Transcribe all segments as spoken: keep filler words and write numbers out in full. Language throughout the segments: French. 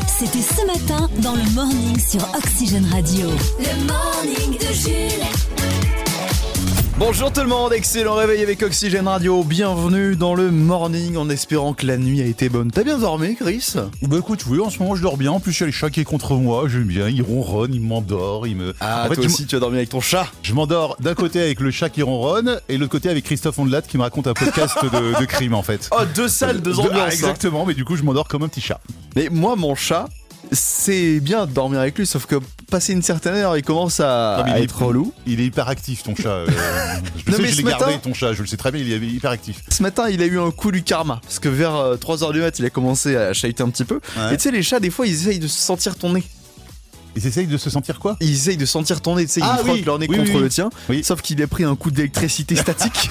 C'était ce matin dans le Morning sur Oxygène Radio. Le Morning de Jules. Bonjour tout le monde, excellent réveil avec Oxygène Radio. Bienvenue dans le Morning en espérant que la nuit a été bonne. T'as bien dormi, Chris ? Bah écoute, oui, en ce moment je dors bien. En plus, il y a le chat qui est contre moi. J'aime bien. Il ronronne, il m'endort. Il me. Ah, en fait, toi je aussi, m- tu as dormi avec ton chat ? Je m'endors d'un côté avec le chat qui ronronne et de l'autre côté avec Christophe Ondelat qui me raconte un podcast de, de crime en fait. Oh, deux salles, deux De- ambiances. ah, hein. exactement, mais du coup, je m'endors comme un petit chat. Mais moi, mon chat, c'est bien de dormir avec lui, sauf que passé une certaine heure, il commence à, Non, mais à il est- être relou. Il est hyper actif, ton chat. Euh, je Non, sais, mais je ce l'ai gardé, matin- ton chat. Je le sais très bien, il est hyper actif. Ce matin, il a eu un coup du karma, parce que vers euh, trois heures du mat, il a commencé à chahuter un petit peu. Ouais. Et tu sais, les chats, des fois, ils essayent de sentir ton nez. Ils essayent de se sentir quoi ? Ils essayent de sentir ton nez, tu sais, Ah ils frottent oui, leur nez oui, contre oui, le oui. tien. Oui. Sauf qu'il a pris un coup d'électricité statique.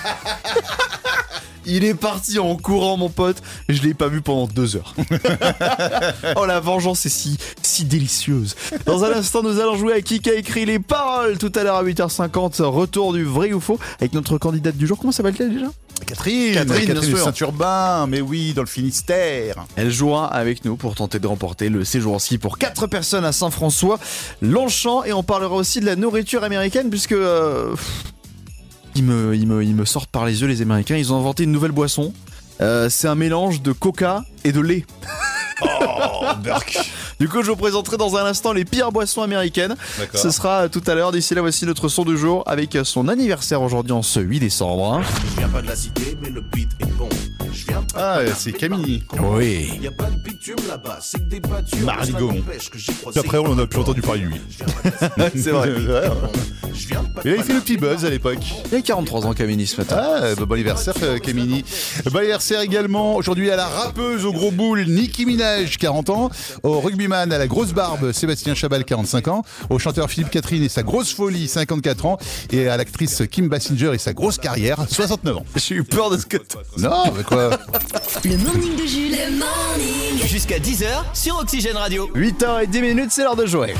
Il est parti en courant, mon pote. Je l'ai pas vu pendant deux heures. Oh, la vengeance est si, si délicieuse. Dans un instant, nous allons jouer à qui a écrit les paroles. Tout à l'heure à huit heures cinquante, retour du vrai ou faux avec notre candidate du jour. Comment s'appelle-t-elle déjà ? Catherine Catherine, bien de sûr. Saint-Urbain, mais oui, dans le Finistère. Elle jouera avec nous pour tenter de remporter le séjour en ski pour quatre personnes à Saint-François, Longchamp. Et on parlera aussi de la nourriture américaine puisque... euh, pff, ils, me, ils, me, ils me sortent par les yeux, les Américains. Ils ont inventé une nouvelle boisson. Euh, c'est un mélange de coca et de lait. Oh, Burk. Du coup, je vous présenterai dans un instant les pires boissons américaines. D'accord. Ce sera tout à l'heure. D'ici là, voici notre son du jour avec son anniversaire aujourd'hui en ce huit décembre. hein. Je viens pas de la cité, mais le beat est bon. Je viens pas Ah, de la c'est cité, Camille. Oui. Y a pas de bitume là-bas, c'est que des pâtures. Marly Ça Gaumont. n'empêche que j'y crois, Après, on en a plus entendu parler de lui. Je viens pas de la cité, C'est vrai. Ouais, ouais. je viens pas de Et là, il fait le petit Paname. buzz à l'époque. Il y a quarante-trois ans, Camille, ce matin. Ah, bah, bon anniversaire, euh, Camini. Bon anniversaire également aujourd'hui à la rappeuse au gros boule, Nicki Minaj, quarante ans. Au rugbyman à la grosse barbe, Sébastien Chabal, quarante-cinq ans. Au chanteur Philippe Catherine et sa grosse folie, cinquante-quatre ans. Et à l'actrice Kim Basinger et sa grosse carrière, soixante-neuf ans. J'ai eu peur de ce que t- Non, mais quoi. Le Morning de Jules. Le Morning. Jusqu'à dix heures sur Oxygène Radio. huit heures dix minutes, c'est l'heure de jouer.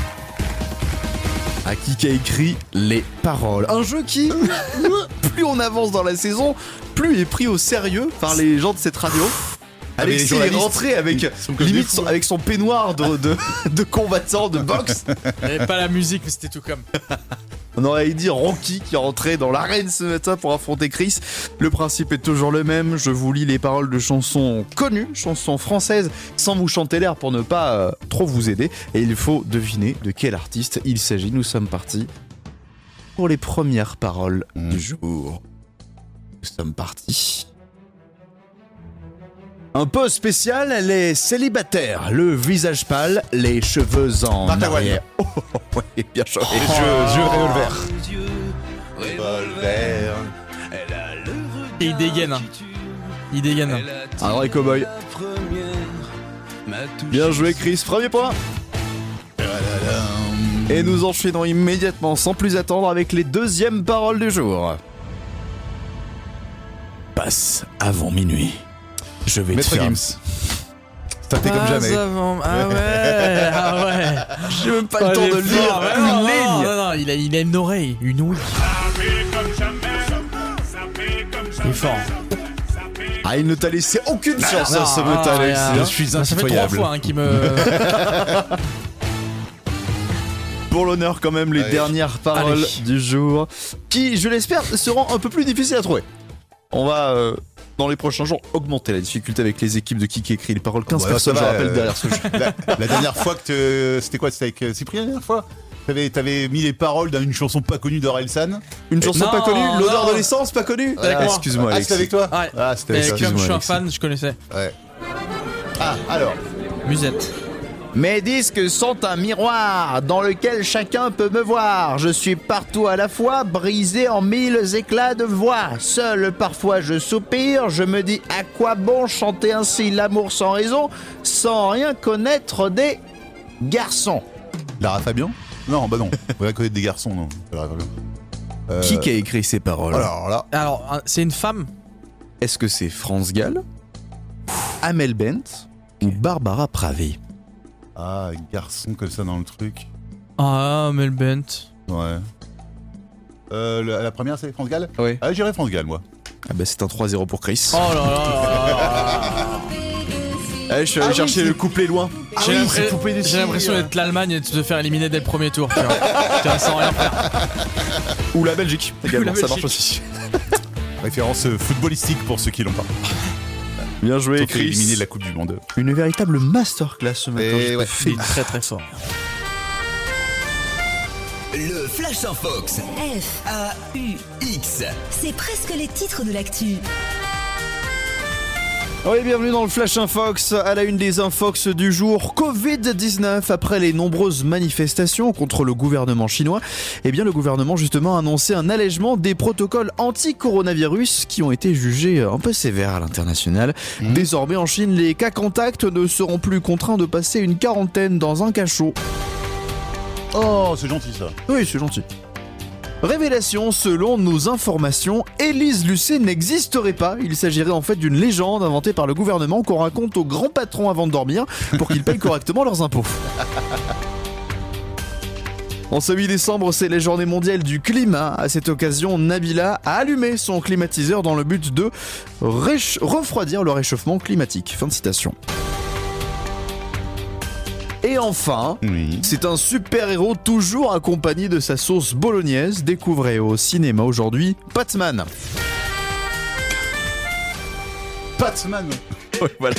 À qui a écrit les paroles. Un jeu qui, plus on avance dans la saison, plus est pris au sérieux par les gens de cette radio. Ah, mais les Alexis est journalistes, rentré avec, ils sont comme des limite fous, son- hein. avec son peignoir de, de, de combattant de boxe. Il n'y avait pas la musique, mais c'était tout comme. On aurait dit Ronky qui rentrait dans l'arène ce matin pour affronter Chris. Le principe est toujours le même. Je vous lis les paroles de chansons connues, chansons françaises, sans vous chanter l'air pour ne pas euh, trop vous aider. Et il faut deviner de quel artiste il s'agit. Nous sommes partis pour les premières paroles Mmh. du jour. Nous sommes partis. Un peu spécial, les célibataires, le visage pâle, les cheveux en Martha Wayne. arrière. Oh, oh, oh, ouais, bien joué. Les yeux, yeux revolver. Revolver. Et il dégaine. hein. Il dégaine. Un vrai cow-boy. Bien joué Chris, premier point. Et nous enchaînons immédiatement, sans plus attendre, avec les deuxièmes paroles du jour. Passe avant minuit. Je vais Maître te faire... Gims. Tâté comme Pas jamais. avant- Ah ouais, ah ouais. J'ai même pas Oh, le temps il de est lire fort. Ouais, une non, ligne. Non, non, il a, il a une oreille, une ouïe. Il est fort. Ah, il ne t'a laissé aucune chance non, à ce ah, matin, ouais, Alexis. ah, hein. Je suis Ça fait trois impitoyable. fois hein, qu'il me. Pour l'honneur quand même, les Allez. dernières paroles Allez. du jour, qui, je l'espère, seront un peu plus difficiles à trouver. On va, euh, dans les prochains jours, augmenter la difficulté avec les équipes de qui qui écrit les paroles. quinze Ouais, personnes, ça je va, rappelle, euh, derrière ce jeu. La, la dernière fois que te- c'était quoi? C'était avec euh, Cyprien la dernière fois? T'avais, t'avais mis les paroles d'une chanson pas connue d'Orelsan. Une chanson Non, pas connue, l'odeur non. de l'essence pas connue. avec moi. Excuse-moi, Ah, Alexis. c'était avec toi? Ouais. Ah, c'était Mais avec toi. comme je suis un Alexis. fan, je connaissais. Ouais. Ah, alors. Musette. Mes disques sont un miroir dans lequel chacun peut me voir. Je suis partout à la fois, brisé en mille éclats de voix. Seul parfois je soupire, je me dis à quoi bon chanter ainsi l'amour sans raison, sans rien connaître des garçons. Lara Fabian? Non, bah non. On va connaître des garçons, non. Lara Fabian. Euh, Qui a écrit ces paroles? Alors là. Alors, hein, c'est une femme. Est-ce que c'est France Gall, Amel Bent ou Barbara Pravi? Ah, garçon comme ça dans le truc. Ah, Mel Bent. Ouais. Euh, la, la première, c'est France Gall? Oui. Ah, j'irais France Gall, moi. Ah bah c'est un trois zéro pour Chris. Oh là là là là là. Allez, je suis allé Ah chercher oui, le couplet loin. Ah J'ai oui, l'impression- c'est poupée de j'ai cire. l'impression d'être l'Allemagne et de se faire éliminer dès le premier tour. Tu vois. Tu vois, sans rien faire. Ou la Belgique, également, la ça marche Belgique. aussi. Référence euh, footballistique pour ceux qui l'ont pas. Bien joué, Ils ont fait Chris. éliminer de la Coupe du Monde. Une véritable masterclass ce matin. Et je te ouais. fais- Très très fort. Le Flash en Fox. F, A U X. c'est presque les titres de l'actu. Oui, bienvenue dans le Flash Infox. À la une des Infox du jour, covid dix-neuf. Après les nombreuses manifestations contre le gouvernement chinois, eh bien le gouvernement justement a annoncé un allègement des protocoles anti-coronavirus qui ont été jugés un peu sévères à l'international. Mmh. Désormais en Chine, les cas contacts ne seront plus contraints de passer une quarantaine dans un cachot. Oh, c'est gentil ça. Oui, c'est gentil. Révélation, selon nos informations, Élise Lucet n'existerait pas. Il s'agirait en fait d'une légende inventée par le gouvernement qu'on raconte aux grands patrons avant de dormir pour qu'ils payent correctement leurs impôts. En ce huit décembre, c'est la journée mondiale du climat. À cette occasion, Nabila a allumé son climatiseur dans le but de réch- refroidir le réchauffement climatique. Fin de citation. Et enfin, Oui. c'est un super-héros toujours accompagné de sa sauce bolognaise. Découvrez au cinéma aujourd'hui Batman. Batman. Voilà.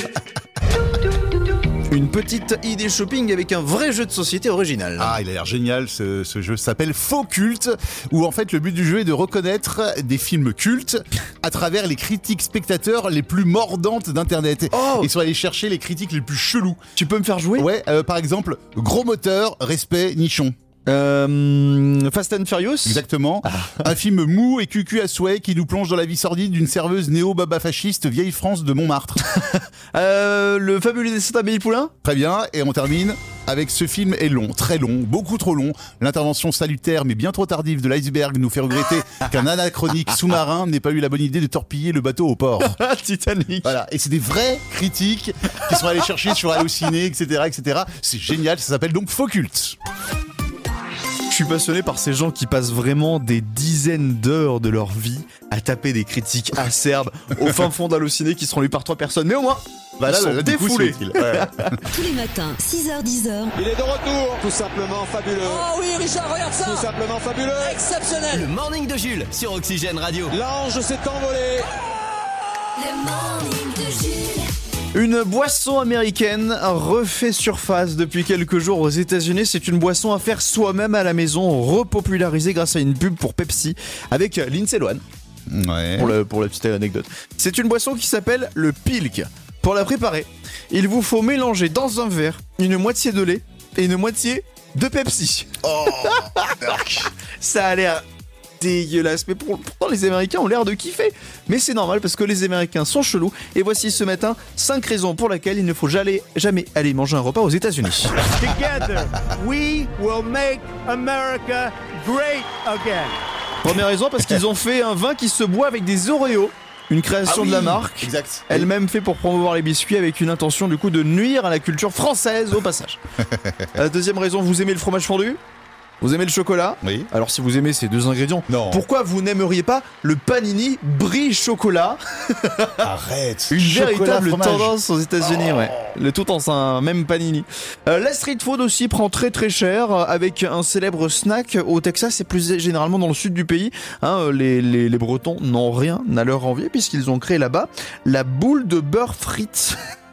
Une petite idée shopping avec un vrai jeu de société original. Ah, il a l'air génial, ce, ce jeu s'appelle Faux Culte, où en fait le but du jeu est de reconnaître des films cultes à travers les critiques spectateurs les plus mordantes d'internet. Oh. Ils sont allés chercher les critiques les plus chelous. Tu peux me faire jouer Ouais, euh, par exemple, gros moteur, respect, nichon. euh, Fast and Furious. Exactement. Un film mou et cucu à souhait qui nous plonge dans la vie sordide d'une serveuse néo-baba fasciste vieille France de Montmartre. Euh, le fabuleux destin d'Amélie Poulain. Très bien, et on termine avec ce film est long, très long, beaucoup trop long. L'intervention salutaire mais bien trop tardive de l'iceberg nous fait regretter qu'un anachronique sous-marin n'ait pas eu la bonne idée de torpiller le bateau au port. Titanic. Voilà, et c'est des vraies critiques qui sont allés chercher sur Allociné, et cetera, et cetera. C'est génial, ça s'appelle donc Faux Culte. Je suis passionné par ces gens qui passent vraiment des dizaines d'heures de leur vie à taper des critiques acerbes au fin fond d'Allociné qui seront lues par trois personnes. Mais au moins, Bah là, ils sont là, là, du coup, défoulés. c'est utile. Ouais. Tous les matins, six heures dix heures. Il est de retour, tout simplement fabuleux. Oh oui, Richard, regarde ça. Tout simplement fabuleux. Exceptionnel. Le Morning de Jules sur Oxygène Radio. L'ange s'est envolé. Le morning de Jules. Une boisson américaine refait surface depuis quelques jours aux États-Unis. C'est une boisson à faire soi-même à la maison, repopularisée grâce à une pub pour Pepsi avec Lindsay Lohan. Ouais. Pour, le, pour la petite anecdote. C'est une boisson qui s'appelle le Pilk. Pour la préparer, il vous faut mélanger dans un verre une moitié de lait et une moitié de Pepsi. Oh, Ça a l'air dégueulasse, mais pour- pourtant les Américains ont l'air de kiffer. Mais c'est normal parce que les Américains sont chelous. Et voici ce matin cinq raisons pour lesquelles il ne faut jamais, jamais aller manger un repas aux États-Unis. Together, we will make America great again. Première raison, parce qu'ils ont fait un vin qui se boit avec des Oreos, une création Ah oui, de la marque. Exact. Elle-même fait pour promouvoir les biscuits avec une intention du coup de nuire à la culture française au passage. La deuxième raison, vous aimez le fromage fondu ? Vous aimez le chocolat ? Oui. Alors si vous aimez ces deux ingrédients, Non. pourquoi vous n'aimeriez pas le panini brie chocolat ? Arrête. Une Chocolat, véritable fromage. tendance aux États-Unis, ouais. Le tout en un même panini. Euh, la street food aussi prend très très cher euh, avec un célèbre snack au Texas et plus généralement dans le sud du pays. Hein, euh, les, les, les Bretons n'ont rien à leur envier puisqu'ils ont créé là-bas la boule de beurre frite.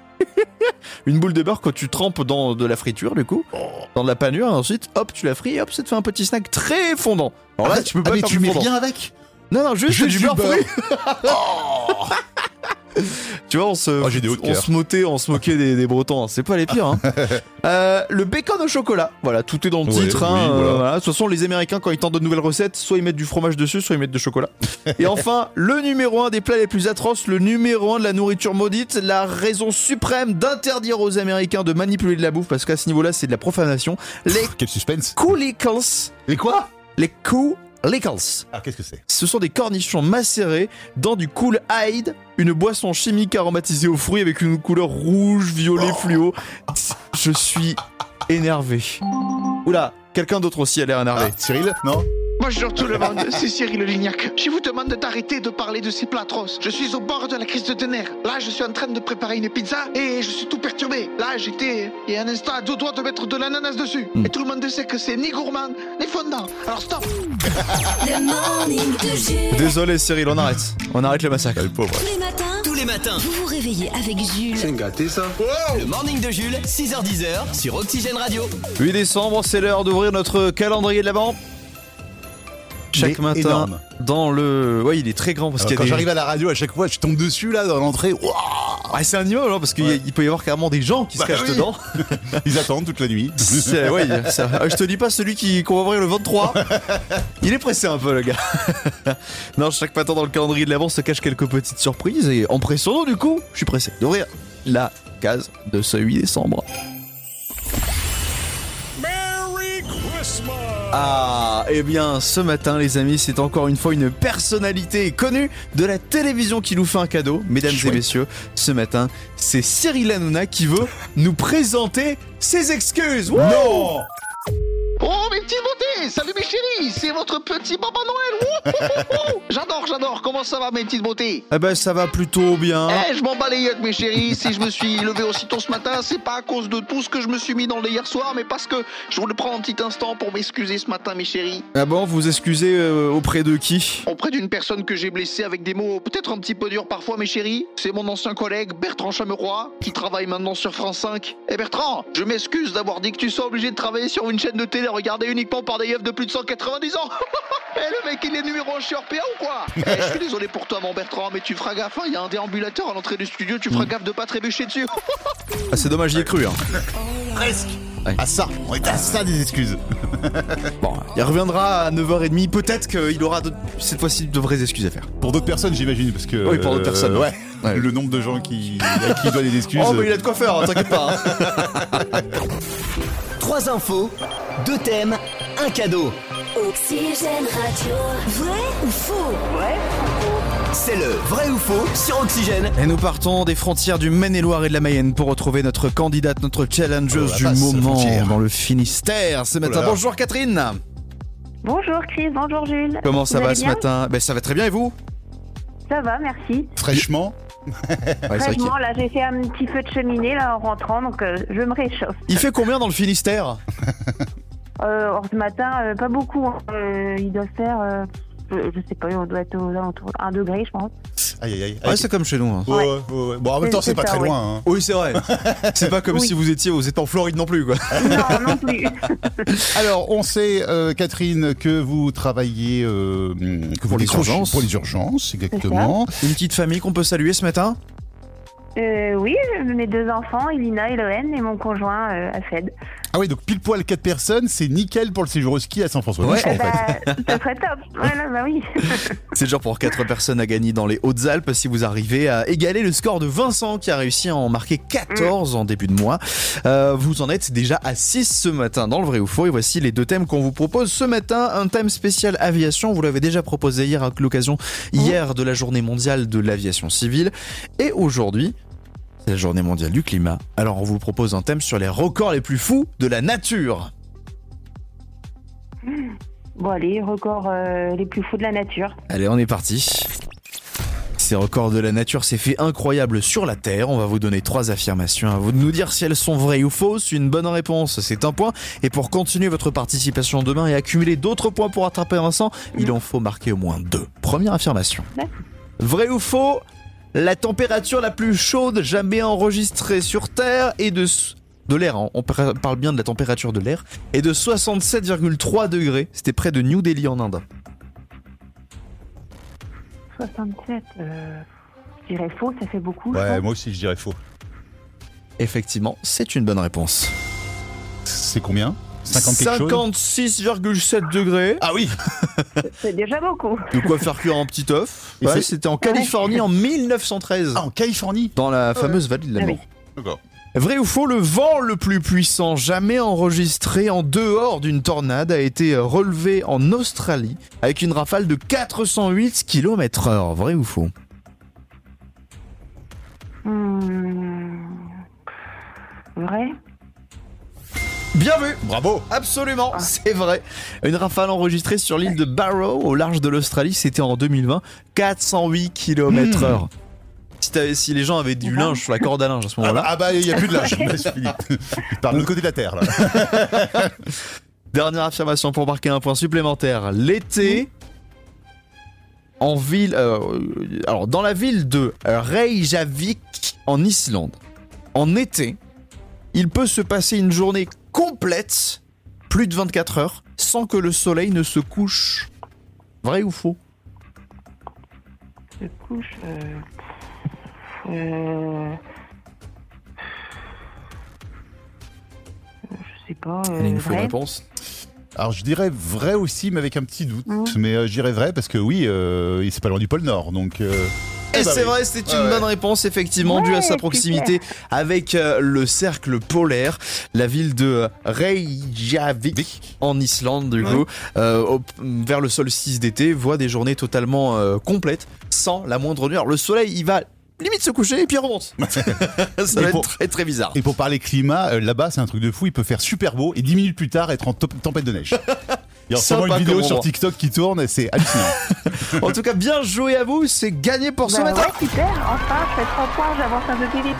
Une boule de beurre que tu trempes dans de la friture du coup, dans de la panure et ensuite hop tu la frites et hop ça te fait un petit snack très fondant. Alors là Ah, tu peux pas ah, mais faire tu plus mets fondant. rien avec. Non non juste, Juste du du beurre beurre. frit. Tu vois, on se, Oh, j'ai des hauts de on cœur. se moquait, on se moquait des, des Bretons, hein. C'est pas les pires. Hein. euh, le bacon au chocolat, voilà, tout est dans le Ouais, titre. Hein. oui, euh, voilà. voilà. De toute façon, les Américains, quand ils tentent de nouvelles recettes, soit ils mettent du fromage dessus, soit ils mettent du chocolat. Et enfin, le numéro un des plats les plus atroces, le numéro un de la nourriture maudite, la raison suprême d'interdire aux Américains de manipuler de la bouffe, parce qu'à ce niveau-là, c'est de la profanation. Les Quel suspense. Coolicles, Et quoi? les Coolicles. Ah, qu'est-ce que c'est? Ce sont des cornichons macérés dans du Kool Aid, une boisson chimique aromatisée aux fruits avec une couleur rouge, violet, fluo. Je suis énervé. Oula, quelqu'un d'autre aussi a l'air énervé. Ah, Cyril? Non? Bonjour tout le monde, c'est Cyril Lignac. Je vous demande d'arrêter de parler de ces plats atroces. Je suis au bord de la crise de nerfs. Là, je suis en train de préparer une pizza et je suis tout perturbé. Là, j'étais, il y a un instant, à deux doigts de mettre de l'ananas dessus. Mm. Et tout le monde sait que c'est ni gourmand, ni fondant. Alors stop. Le morning de Jules. Désolé Cyril, on arrête. On arrête le massacre. Le pauvre. Tous les matins, Tous les matins, vous vous réveillez avec Jules. C'est gâté ça. le morning de Jules, six heures dix sur Oxygène Radio. huit décembre, c'est l'heure d'ouvrir notre calendrier de l'Avent. Chaque Il est matin, énorme. dans le... Ouais, il est très grand parce Alors, qu'il y a quand des... j'arrive à la radio, à chaque fois, je tombe dessus là dans l'entrée. Waouh, Ah, c'est un immeuble, hein, parce qu'il y a- Ouais. il peut y avoir carrément des gens qui Bah se cachent oui. dedans. ils attendent toute la nuit. C'est- ouais, ça- ah, je te dis pas celui qui qu'on va ouvrir le vingt-trois. Il est pressé un peu, le gars. Non, chaque matin dans le calendrier de l'Avent se cachent quelques petites surprises et empressons-nous du coup. Je suis pressé d'ouvrir la case de ce huit décembre. Ah, eh bien, ce matin, les amis, c'est encore une fois une personnalité connue de la télévision qui nous fait un cadeau. Mesdames Chouette. et messieurs, ce matin, c'est Cyril Hanouna qui veut nous présenter ses excuses. Wouh Non. Oh mes petites beautés, salut mes chéris, c'est votre petit Papa Noël. Wouhouhouhou. J'adore, j'adore. Comment ça va mes petites beautés? Eh ben, ça va plutôt bien. Eh, je m'en bats les yeux, mes chéris. Si je me suis levé aussitôt ce matin, c'est pas à cause de tout ce que je me suis mis dans le hier soir, mais parce que je voulais prendre un petit instant pour m'excuser ce matin, mes chéris. Ah bon, vous excusez euh, auprès de qui? Auprès d'une personne que j'ai blessée avec des mots peut-être un petit peu durs parfois, mes chéris. C'est mon ancien collègue Bertrand Chameroy, qui travaille maintenant sur France cinq. Eh Bertrand, je m'excuse d'avoir dit que tu sois obligé de travailler sur une chaîne de télé regardée uniquement par des yeufs de plus de cent quatre-vingt-dix ans. Eh le mec, il est numéro un chez Orpea ou quoi? Eh, je suis désolé pour toi, mon Bertrand, mais tu feras gaffe, il y a un déambulateur à l'entrée du studio, tu feras gaffe de pas trébucher dessus. Ah, c'est dommage, j'y ai cru. Hein. Presque. Ouais. À ça, on est à ça des excuses. Bon, il reviendra à neuf heures trente. Peut-être qu'il aura de- cette fois-ci de vraies excuses à faire. Pour d'autres personnes, j'imagine, parce que. Oui, pour d'autres personnes. Ouais. Ouais. Le nombre de gens qui, à qui il doit des excuses. Oh, mais il a de quoi faire, hein, t'inquiète pas. Hein. Trois infos, deux thèmes, un cadeau. Oxygène Radio. Vrai ou faux? C'est le vrai ou faux sur Oxygène. Et nous partons des frontières du Maine-et-Loire et de la Mayenne pour retrouver notre candidate, notre challengeuse Oh, du la vache, moment frontière. dans le Finistère ce matin. là là. Bonjour Catherine. Bonjour Chris, bonjour Jules. Comment ça Vous va allez ce bien matin? Ben, ça va très bien et vous? Ça va, merci. Fraîchement. Ouais, c'est vrai qu'il- Franchement, là j'ai fait un petit feu de cheminée là en rentrant, donc euh, je me réchauffe. Il fait combien dans le Finistère? Euh, or, ce matin, euh, pas beaucoup. Hein. Euh, il doit faire, euh, je, je sais pas, on doit être aux alentours d'un degré, je pense. Aïe, aïe, aïe. Ouais, c'est comme chez nous. Hein. Ouais, ouais, ouais. Bon, en même C'est- temps, c'est c'est pas ça, très ouais. loin. Hein. Oui, c'est vrai. C'est pas comme Oui. si vous étiez, vous êtes en Floride non plus, quoi. Non, non plus. Alors, on sait, euh, Catherine, que vous travaillez euh, que vous Pour les décrochez- urgences. Pour les urgences, exactement. Une petite famille qu'on peut saluer ce matin? Euh, oui, mes deux enfants, Elina et Loen, et mon conjoint euh, Afed. Ah oui, donc pile poil quatre personnes, c'est nickel pour le séjour au ski à Saint-François. Ouais. en fait. Bah, ça serait top. Voilà, bah oui. C'est le genre pour quatre personnes à gagner dans les Hautes-Alpes si vous arrivez à égaler le score de Vincent qui a réussi à en marquer quatorze en début de mois. Euh, vous en êtes déjà à six ce matin dans le vrai ou faux et voici les deux thèmes qu'on vous propose ce matin. Un thème spécial aviation, vous l'avez déjà proposé hier à l'occasion hier de la journée mondiale de l'aviation civile et aujourd'hui c'est la journée mondiale du climat. Alors on vous propose un thème sur les records les plus fous de la nature. Bon, allez, records euh, les plus fous de la nature. Allez, on est parti. Ces records de la nature, c'est fait incroyable sur la Terre. On va vous donner trois affirmations. À vous de nous dire si elles sont vraies ou fausses. Une bonne réponse, c'est un point. Et pour continuer votre participation demain et accumuler d'autres points pour attraper Vincent, il en faut marquer au moins deux. Première affirmation. D'accord. Vrai ou faux? La température la plus chaude jamais enregistrée sur Terre est de... de l'air, hein. On parle bien de la température de l'air, est de soixante-sept virgule trois degrés. C'était près de New Delhi en Inde. soixante-sept, euh, je dirais faux, ça fait beaucoup. je Ouais, pense. moi aussi, je dirais faux. Effectivement, c'est une bonne réponse. C'est combien cinquante quelque chose cinquante-six virgule sept degrés. Ah oui. C'est déjà beaucoup. De quoi faire cuire un petit œuf. Et Ouais, c'est- c'était en Californie en mille neuf cent treize. Ah, en Californie. Dans la fameuse vallée de Ah l'amour. oui. D'accord. Vrai ou faux, le vent le plus puissant jamais enregistré en dehors d'une tornade a été relevé en Australie avec une rafale de quatre cent huit kilomètres heure. Vrai ou faux? Hmm, vrai. Bien vu. Bravo. Absolument, c'est vrai. Une rafale enregistrée sur l'île de Barrow, au large de l'Australie, c'était en deux mille vingt, quatre cent huit kilomètres heure. Si, t'avais- si les gens avaient du linge sur la corde à linge à ce Ah moment-là. bah, ah bah, il n'y a plus de lâche. C'est fini. Il part de l'autre côté de la Terre, là. Dernière affirmation pour marquer un point supplémentaire. L'été, en ville, euh, alors dans la ville de Reykjavik, en Islande, en été, il peut se passer une journée complète, plus de vingt-quatre heures, sans que le soleil ne se couche. Vrai ou faux? Se couche. Euh... Euh... Je sais pas. Euh, Allez, il nous faut une vrai. réponse. Alors je dirais vrai aussi, mais avec un petit doute. Mmh. Mais euh, je dirais vrai parce que oui, euh, c'est pas loin du pôle Nord, donc. Euh... Et eh bah c'est oui. vrai, c'était Ouais, une ouais. bonne réponse, effectivement, due à sa Ouais, proximité avec euh, le cercle polaire, la ville de Reykjavik, en Islande, du coup, euh, au- vers le solstice d'été, voit des journées totalement euh, complètes, sans la moindre lueur. Le soleil, il va limite se coucher et puis il remonte. Ça va Et être pour- très très bizarre. Et pour parler climat, euh, là-bas, c'est un truc de fou. Il peut faire super beau et dix minutes plus tard être en top- tempête de neige. Il y a en ce moment Sympa une vidéo comme sur endroit. TikTok qui tourne et c'est hallucinant. En tout cas, bien joué à vous, c'est gagné pour ce Bah matin. ouais, super. Enfin, je fais trois points, j'avance un peu plus vite.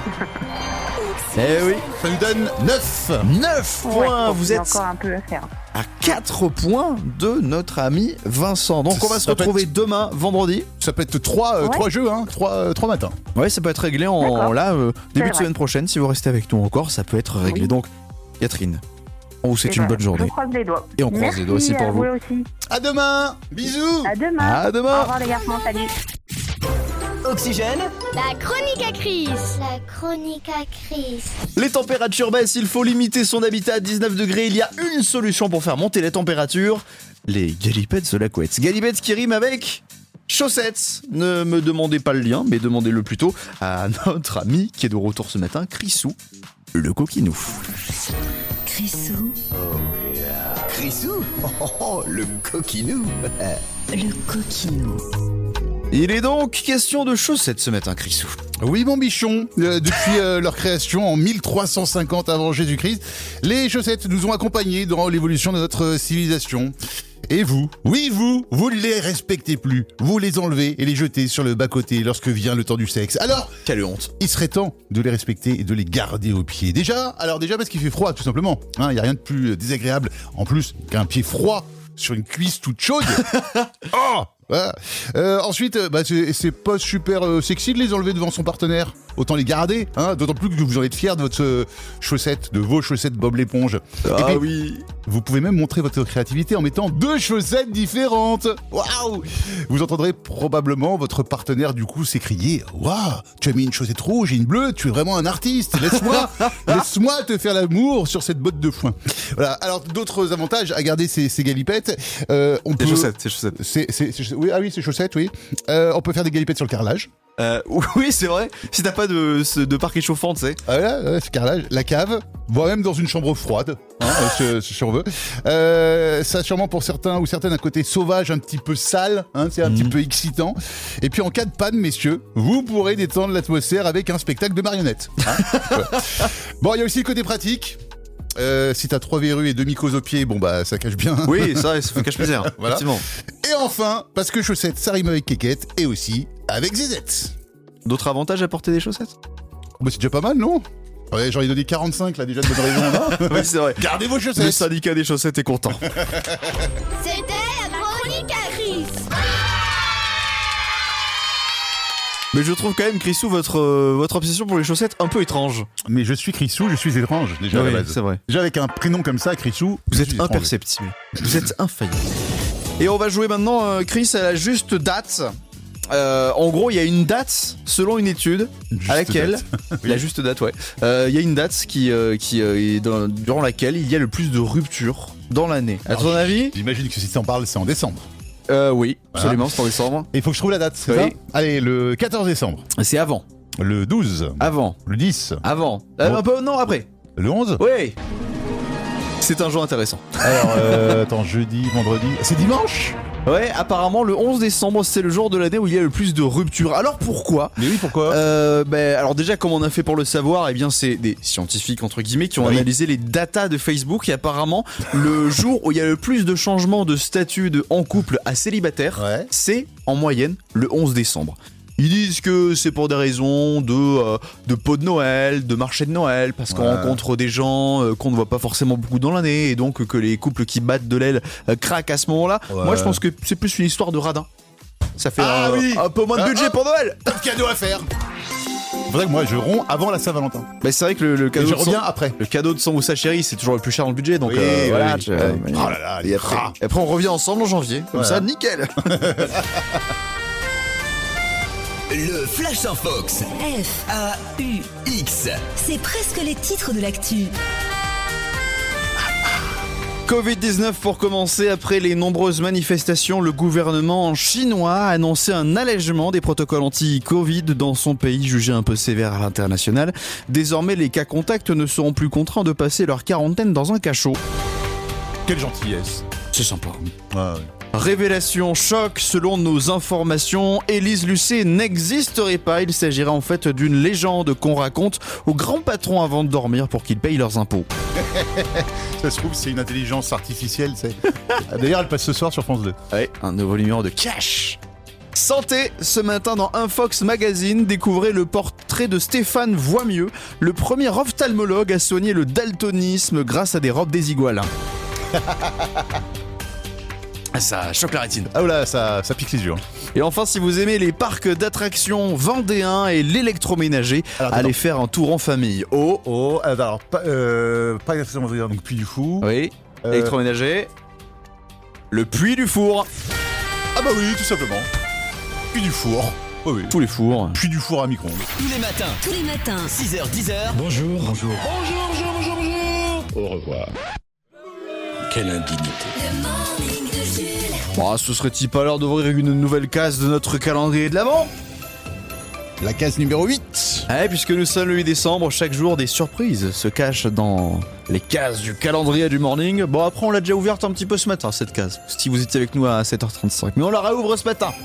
Eh oui, Ça nous donne neuf. neuf Ouais, points, donc vous il y a êtes encore un peu à faire. à quatre points de notre ami Vincent. Donc on va se Ça peut retrouver être- demain, vendredi. Ça peut être trois, euh, Ouais. trois jeux, hein, trois, euh, trois matins. Ouais, ça peut être réglé en D'accord. là euh, début C'est de vrai. semaine prochaine. Si vous restez avec nous encore, ça peut être réglé. Oui. Donc, Catherine, on vous souhaite Et une voilà, bonne journée. Je croise les doigts. Et on croise Merci les doigts aussi pour à vous. aussi. À demain. Bisous. À demain. À demain. Au revoir les garçons, salut. Oxygène, La chronique à Chris. La chronique à Chris. Les températures baissent, il faut limiter son habitat à dix-neuf degrés. Il y a une solution pour faire monter les températures. Les galipettes de la couette. Galipettes qui riment avec chaussettes. Ne me demandez pas le lien, mais demandez-le plutôt à notre ami qui est de retour ce matin, Chrisou, le coquinou. Crissou, Crissou, oh, oh, oh, le coquinou. le coquinou. Il est donc question de chaussettes ce matin, Chrisou. Oui, mon bichon, euh, depuis euh, leur création en mille trois cent cinquante avant Jésus-Christ, les chaussettes nous ont accompagnés dans l'évolution de notre civilisation. Et vous, oui vous, vous ne les respectez plus. Vous les enlevez et les jetez sur le bas-côté lorsque vient le temps du sexe. Alors, Quelle honte. il serait temps de les respecter et de les garder au pied. Déjà, alors déjà parce qu'il fait froid, tout simplement. Il n'y a rien de plus désagréable, en plus, qu'un pied froid sur une cuisse toute chaude. Oh voilà. Euh, ensuite, euh, bah, c'est c'est pas super euh, sexy de les enlever devant son partenaire. Autant les garder, hein, d'autant plus que vous en êtes fiers de votre euh, chaussette, de vos chaussettes Bob l'éponge. Ah Et puis, oui. vous pouvez même montrer votre créativité en mettant deux chaussettes différentes. Waouh! Vous entendrez probablement votre partenaire du coup s'écrier: waouh, tu as mis une chaussette rouge et une bleue, tu es vraiment un artiste. Laisse-moi, laisse-moi te faire l'amour sur cette botte de foin. Voilà. Alors d'autres avantages à garder ces, ces galipettes. Euh, on Des peut. chaussettes, c'est chaussettes. C'est, c'est, c'est- oui, ah oui, c'est chaussettes, oui. Euh, on peut faire des galipettes sur le carrelage. Euh, oui, c'est vrai. Si t'as pas de, de parquet chauffant, tu sais. Voilà, ouais, c'est carrelage, la cave, voire même dans une chambre froide, hein, euh, si, si on veut. Euh, ça a sûrement pour certains ou certaines un côté sauvage, un petit peu sale, hein, c'est un Mmh. petit peu excitant. Et puis en cas de panne, messieurs, vous pourrez détendre l'atmosphère avec un spectacle de marionnettes. Hein. Voilà. Bon, il y a aussi le côté pratique. Euh, si t'as trois verrues et deux mycoses aux pieds, bon bah ça cache bien. Oui, ça, ça fait cache plaisir. Voilà. Effectivement. Et enfin, parce que chaussettes, ça rime avec quéquette et aussi avec zézette. D'autres avantages à porter des chaussettes? Bah c'est déjà pas mal, non? Ouais, j'en ai donné quarante-cinq là déjà de bonne raison, non? Oui, c'est vrai. Gardez vos Le chaussettes. syndicat des chaussettes est content. C'était la chronique à Chris. Mais je trouve quand même, Chrisou, votre, euh, votre obsession pour les chaussettes un peu étrange. Mais je suis Crissou, je suis étrange déjà à Oui, la base. c'est vrai. Déjà avec un prénom comme ça, Crissou, Vous je êtes suis étrange. imperceptible. Vous êtes infaillible. Et on va jouer maintenant, euh, Chris, à la juste date. Euh, en gros, il y a une date, selon une étude, Juste à laquelle... date. Oui. La juste date, ouais. Euh, Il y a une date qui, euh, qui, euh, est dans- durant laquelle il y a le plus de ruptures dans l'année. À Alors, ton j- avis? J'imagine que si t'en parles, c'est en décembre. euh, Oui, Voilà. absolument, c'est en décembre. Et il faut que je trouve la date, c'est Oui. ça? Allez, le quatorze décembre, C'est avant. le douze, Avant. le dix, Avant. Euh, Bon. un peu, non, après. le onze. Oui. C'est un jour intéressant. Alors, euh, attends, jeudi, vendredi. C'est dimanche? Ouais, apparemment le onze décembre c'est le jour de l'année où il y a le plus de ruptures. Alors pourquoi ? Mais oui, pourquoi ? euh, ben, Alors déjà, comme on a fait pour le savoir, eh bien c'est des scientifiques entre guillemets qui ont oui. analysé les datas de Facebook et apparemment le jour où il y a le plus de changements de statut de en couple à célibataire, ouais. c'est en moyenne le onze décembre. Ils disent que c'est pour des raisons de, euh, de pot de Noël, de marché de Noël, parce qu'on ouais. rencontre des gens euh, qu'on ne voit pas forcément beaucoup dans l'année, et donc euh, que les couples qui battent de l'aile euh, craquent à ce moment-là. Ouais. Moi je pense que c'est plus une histoire de radin. Ça fait ah, euh, oui. un peu moins de budget ah, pour Noël. Pas de cadeau à faire. Faudrait que moi je romps avant la Saint-Valentin. Bah c'est vrai que le, le cadeau et je de reviens son, après. Le cadeau de son ou sa chérie, c'est toujours le plus cher dans le budget, donc oui, euh, oui, voilà. Oui. Tu, ouais. euh, oh là là, et après, et après on revient ensemble en janvier, comme ouais. ça, nickel. Le Flash en Fox. F A U X. C'est presque les titres de l'actu. covid dix-neuf pour commencer. Après les nombreuses manifestations, le gouvernement chinois a annoncé un allègement des protocoles anti-Covid dans son pays jugé un peu sévère à l'international. Désormais, les cas contacts ne seront plus contraints de passer leur quarantaine dans un cachot. Quelle gentillesse. C'est sympa. Ah, oui. Révélation choc, selon nos informations, Élise Lucet n'existerait pas. Il s'agirait en fait d'une légende qu'on raconte aux grands patrons avant de dormir pour qu'ils payent leurs impôts. Ça se trouve, c'est une intelligence artificielle. C'est... D'ailleurs, elle passe ce soir sur France deux. Ouais, un nouveau numéro de Cash. Santé, ce matin dans Infox Magazine, découvrez le portrait de Stéphane Voimieux, le premier ophtalmologue à soigner le daltonisme grâce à des robes désiguales. Ça choque la rétine. Ah là, ça, ça pique les yeux. Et enfin, si vous aimez les parcs d'attractions vendéens et l'électroménager, alors, allez faire un tour en famille. Oh, oh, alors, pas, euh, pas exactement, donc Puy du Fou. Oui, euh... électroménager. Le Puy du Four. Ah bah oui, tout simplement. Puy du Four. Oh oui. Tous les fours. Puy du Four à micro-ondes. Tous les matins. Tous les matins. six heures, dix heures. Bonjour. Bonjour. Bonjour, bonjour, bonjour, bonjour. Au revoir. Quelle indignité. Bon, ce serait-il pas l'heure d'ouvrir une nouvelle case de notre calendrier de l'Avent ? La case numéro huit. Ouais, puisque nous sommes le huit décembre, chaque jour des surprises se cachent dans les cases du calendrier du morning. Bon, après on l'a déjà ouverte un petit peu ce matin, cette case, si vous étiez avec nous à sept heures trente-cinq. Mais on la réouvre ce matin.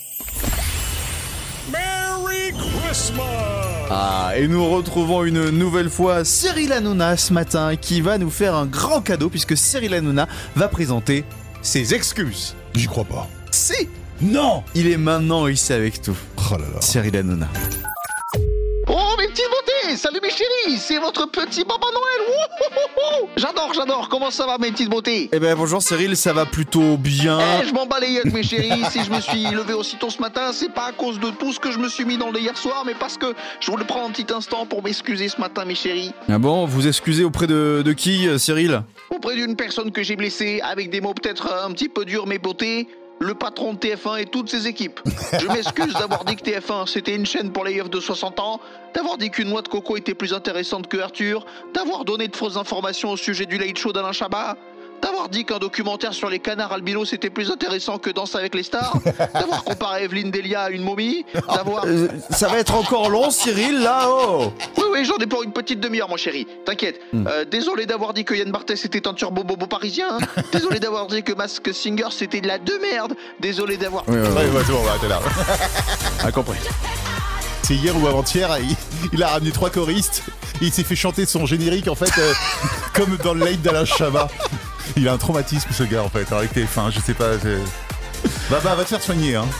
Merry Christmas. Ah, et nous retrouvons une nouvelle fois Cyril Hanouna ce matin, qui va nous faire un grand cadeau, puisque Cyril Hanouna va présenter ses excuses. J'y crois pas. Si. Non. Il est maintenant ici avec tout. Oh là là. Cyril Hanouna. Oh mes petites beautés, salut mes chéris, c'est votre petit Papa Noël. Wouhouhou. J'adore, j'adore, comment ça va mes petites beautés ? Eh ben bonjour Cyril, ça va plutôt bien. Eh, je m'en bats les yeux mes chéris, si je me suis levé aussitôt ce matin, c'est pas à cause de tout ce que je me suis mis dans le hier soir, mais parce que je voulais prendre un petit instant pour m'excuser ce matin mes chéris. Ah bon, vous excusez auprès de, de qui Cyril ? Auprès d'une personne que j'ai blessée, avec des mots peut-être un petit peu durs mes beautés. Le patron de T F un et toutes ses équipes. Je m'excuse d'avoir dit que T F un c'était une chaîne pour les yeufs de soixante ans, d'avoir dit qu'une noix de coco était plus intéressante que Arthur, d'avoir donné de fausses informations au sujet du late show d'Alain Chabat, d'avoir dit qu'un documentaire sur les canards albinos c'était plus intéressant que Danse avec les stars, d'avoir comparé Evelyne Delia à une momie, d'avoir... Euh, ça va être encore long Cyril là, oh. Oui oui, j'en ai pour une petite demi-heure mon chéri, t'inquiète. Mm. Euh, désolé d'avoir dit que Yann Barthès était un turbo bobo parisien, hein. Désolé d'avoir dit que Mask Singer c'était de la de merde, désolé d'avoir... Oui, oui, oui. Ouais, ouais, c'est bon, bah, t'es là. Ah, compris. C'est hier ou avant-hier, il, il a ramené trois choristes, et il s'est fait chanter son générique en fait, euh, comme dans le live d'Alain Chabat. Il a un traumatisme ce gars en fait, avec T F un, je sais pas. C'est... Bah bah va te faire soigner hein.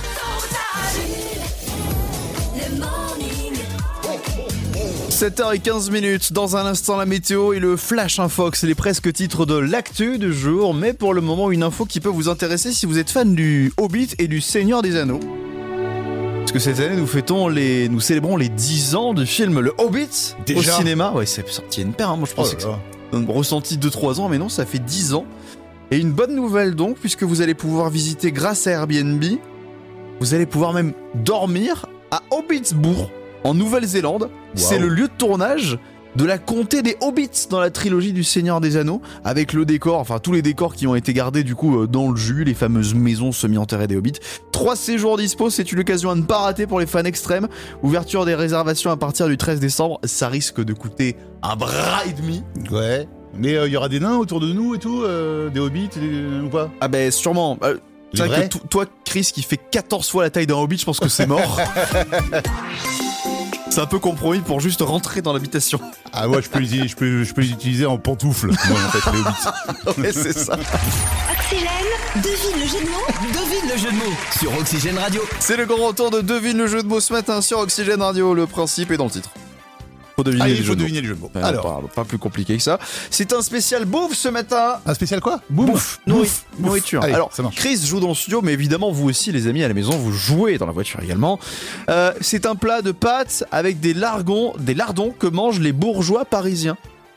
sept heures quinze minutes, dans un instant la météo et le Flash Infox, les presque titres de l'actu du jour, mais pour le moment une info qui peut vous intéresser si vous êtes fan du Hobbit et du Seigneur des Anneaux. Parce que cette année nous fêtons les, nous célébrons les dix ans du film Le Hobbit au cinéma. Ouais, c'est sorti une paire, hein. Moi je pensais oh que c'est ressenti deux trois ans, mais non, ça fait dix ans. Et une bonne nouvelle donc, puisque vous allez pouvoir visiter grâce à Airbnb, vous allez pouvoir même dormir à Hobbitsbourg, en Nouvelle-Zélande. Wow. C'est le lieu de tournage de la comté des Hobbits dans la trilogie du Seigneur des Anneaux, avec le décor, enfin tous les décors qui ont été gardés du coup dans le jus, les fameuses maisons semi-enterrées des Hobbits. Trois séjours dispo, c'est une occasion à ne pas rater pour les fans extrêmes. Ouverture des réservations à partir du treize décembre, ça risque de coûter un bras et demi. Ouais. Mais il euh, y aura des nains autour de nous et tout, euh, des Hobbits euh, ou pas ? Ah ben sûrement. Euh, C'est vrai que t- toi, Chris, qui fait quatorze fois la taille d'un hobbit, je pense que c'est mort. C'est un peu compromis pour juste rentrer dans l'habitation. Ah ouais, je peux les, je peux, je peux les utiliser en pantoufles. Moi, en fait, les hobbits. Ouais, c'est ça. Oxygène, devine le jeu de mots. Devine le jeu de mots sur Oxygène Radio. C'est le grand retour de Devine le jeu de mots ce matin sur Oxygène Radio. Le principe est dans le titre. Faut deviner, Allez, les, il faut jeux de deviner mots. les jeux de mots. Euh, Alors, pas, pas plus compliqué que ça. C'est un spécial bouffe ce matin. un spécial quoi? Boum. Bouffe, nourri- Bouffe. nourriture. Allez, Alors, ça marche. Chris joue dans le studio, mais évidemment, vous aussi, les amis, à la maison, vous jouez dans la voiture également. Euh, c'est un plat de pâtes avec des lardons, des lardons que mangent les bourgeois parisiens.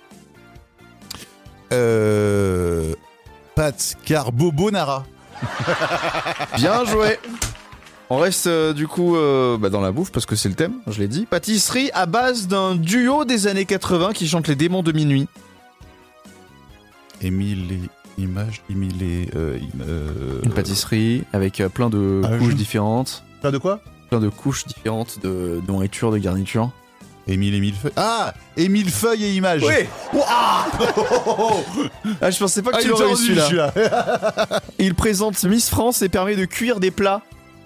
Euh... Pâtes carbonara. Bien joué. On reste euh, du coup euh, bah, dans la bouffe parce que c'est le thème, je l'ai dit. Pâtisserie à base d'un duo des années quatre-vingts qui chante les démons de minuit. Émile les images, Émile les... Euh, euh... Une pâtisserie avec euh, plein de Ah, couches je- différentes. Plein de quoi? Plein de couches différentes de, de nourriture, de garniture. Émile et Millefeuille. Ah, Émile Feuille et Images. Oui. Ouah. Ah, je pensais pas que Ah, tu il l'aurais était eu rendu, celui-là. celui-là. Il présente Miss France et permet de cuire des plats.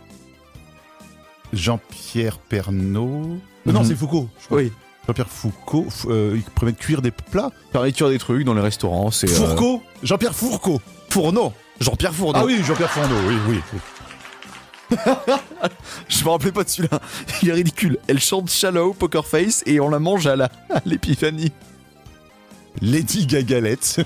Jean-Pierre Pernaut. Non, Mhm. c'est Foucault. je crois. Oui. Jean-Pierre Foucault. F- euh, il permet de cuire des plats. Permet de cuire des trucs dans les restaurants. C'est euh, Fourcault. Jean-Pierre Fourcault. Fourneau. Jean-Pierre Fourneau. Ah oui, Jean-Pierre Fourneau. Oui, oui. Je me rappelais pas de celui-là. Il est ridicule. Elle chante Shallow, Poker Face et on la mange à la à l'épiphanie. Lady Gagalette.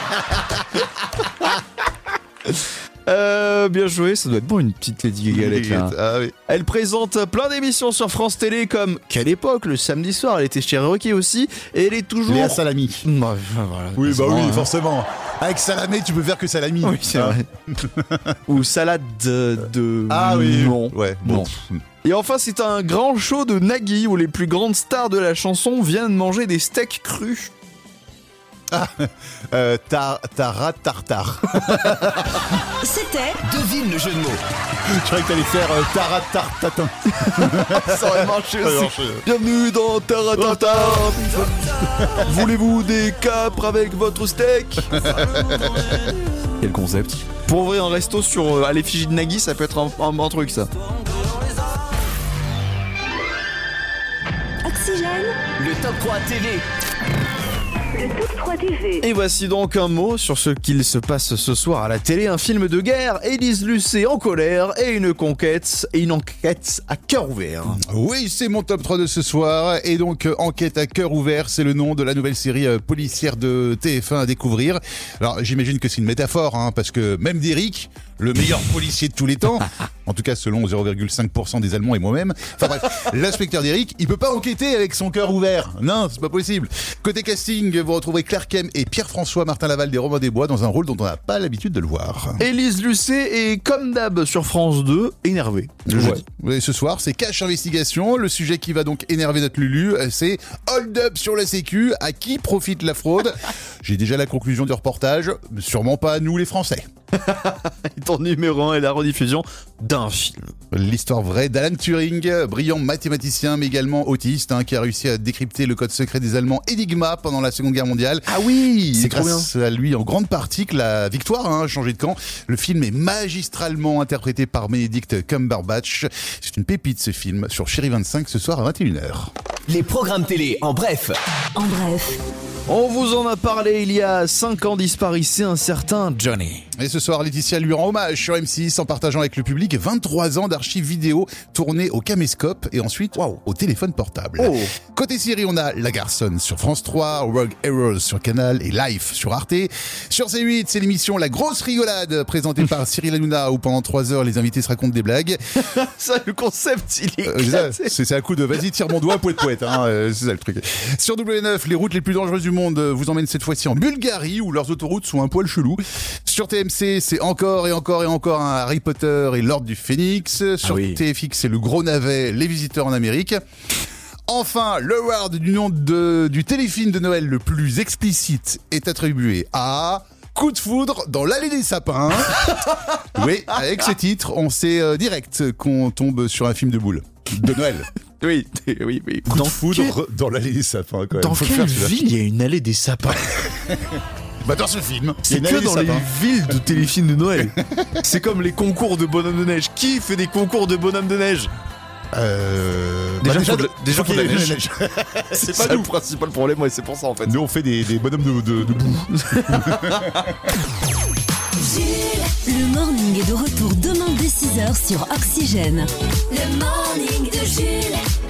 Euh, bien joué, ça doit être bon une petite Lady Gagalette là. Ah oui. Elle présente plein d'émissions sur France Télé comme Quelle époque, le samedi soir, elle était chez Rocky aussi et elle est toujours... Léa Salami. Bah, voilà, Oui, bah forcément, oui, hein. forcément. Avec Salamé, tu peux faire que Salami. Oui, c'est Ah. vrai. Ou salade de... de- Ah oui. Non. Ouais, Bon. bon. Et enfin, c'est un grand show de Nagui où les plus grandes stars de la chanson viennent manger des steaks crus. Euh, tar, Tara Tartar. C'était Devine le jeu de mots. Je croyais que t'allais faire euh, Tara Tartatin. Ça aurait marché Ça aurait aussi. marché. Bienvenue dans Taratata. Voulez-vous des capres avec votre steak? Quel concept. Pour ouvrir un resto sur euh, à l'effigie de Nagui, ça peut être un, un, un truc ça. Oxygène, Le top trois T V. Le top trois T V. Et voici donc un mot sur ce qu'il se passe ce soir à la télé. Un film de guerre, Élise Lucet en colère et une conquête et une enquête à cœur ouvert. Oui, c'est mon top trois de ce soir. Et donc, euh, Enquête à cœur ouvert, c'est le nom de la nouvelle série euh, policière de T F un à découvrir. Alors, j'imagine que c'est une métaphore, hein, parce que même d'Eric, le meilleur policier de tous les temps, en tout cas selon zéro virgule cinq pour cent des Allemands et moi-même, enfin bref, l'inspecteur d'Eric, il peut pas enquêter avec son cœur ouvert. Non, c'est pas possible. Côté casting, vous retrouverez Claire Kem et Pierre-François Martin Laval des Robins des Bois dans un rôle dont on n'a pas l'habitude de le voir. Élise Lucet est comme d'hab sur France deux, énervée. Le jeudi. Ouais, ce soir, c'est Cache Investigation. Le sujet qui va donc énerver notre Lulu, euh, c'est Hold Up sur la Sécu. À qui profite la fraude? J'ai déjà la conclusion du reportage. Sûrement pas à nous, les Français. Ton numéro un est la rediffusion d'un film. L'histoire vraie d'Alan Turing, brillant mathématicien mais également autiste, hein, qui a réussi à décrypter le code secret des Allemands Enigma pendant la Seconde Guerre mondiale. Ah oui, C'est trop bien. grâce à lui en grande partie que la victoire hein, a changé de camp. Le film est magistralement interprété par Benedict Cumberbatch. C'est une pépite ce film sur Chérie vingt-cinq ce soir à vingt et une heures. Les programmes télé en bref. en bref, On vous en a parlé il y a cinq ans, disparaissait un certain Johnny. Et ce soir, Laetitia lui rend hommage sur M six en partageant avec le public vingt-trois ans d'archives vidéo tournées au caméscope et ensuite wow, au téléphone portable. Oh. Côté série, on a La Garçonne sur France trois, Rogue Heroes sur Canal et Life sur Arte. Sur C huit, c'est l'émission La Grosse Rigolade présentée par Cyril Hanouna où pendant trois heures, les invités se racontent des blagues. Ça, le concept, il est Euh, c'est éclaté. ça, c'est un coup de vas-y, tire mon doigt, poète poète. Hein, euh, c'est ça le truc. Sur W neuf, les routes les plus dangereuses du monde euh, vous emmènent cette fois-ci en Bulgarie où leurs autoroutes sont un poil chelou. Sur T M C, c'est encore et encore et encore un Harry Potter et l'Ordre du Phénix. Sur Ah oui. T F X, c'est le gros navet, les visiteurs en Amérique. Enfin, l'award du nom de, du téléfilm de Noël le plus explicite est attribué à Coup de foudre dans l'allée des sapins. Oui, avec ce titre, on sait euh, direct qu'on tombe sur un film de boules. De Noël. Oui, oui, oui. Coup Dans de foudre quel- dans l'allée des sapins, quand même. Dans Faut le quelle faire, celui-là. ville il y a une allée des sapins? Bah dans ce film, il y a C'est une que allée des dans les sapins. villes de téléfilms de Noël. C'est comme les concours de bonhommes de neige. Qui fait des concours de bonhommes de neige? Euh... Des bah, gens déjà, font de- des gens faut font de qu'il y la ait de neige. C'est pas ça nous. le principal problème, ouais, c'est pour ça en fait. Nous on fait des, des bonhommes de, de, de boue. Le morning est de retour demain dès six heures sur Oxygène. Le morning de Jules.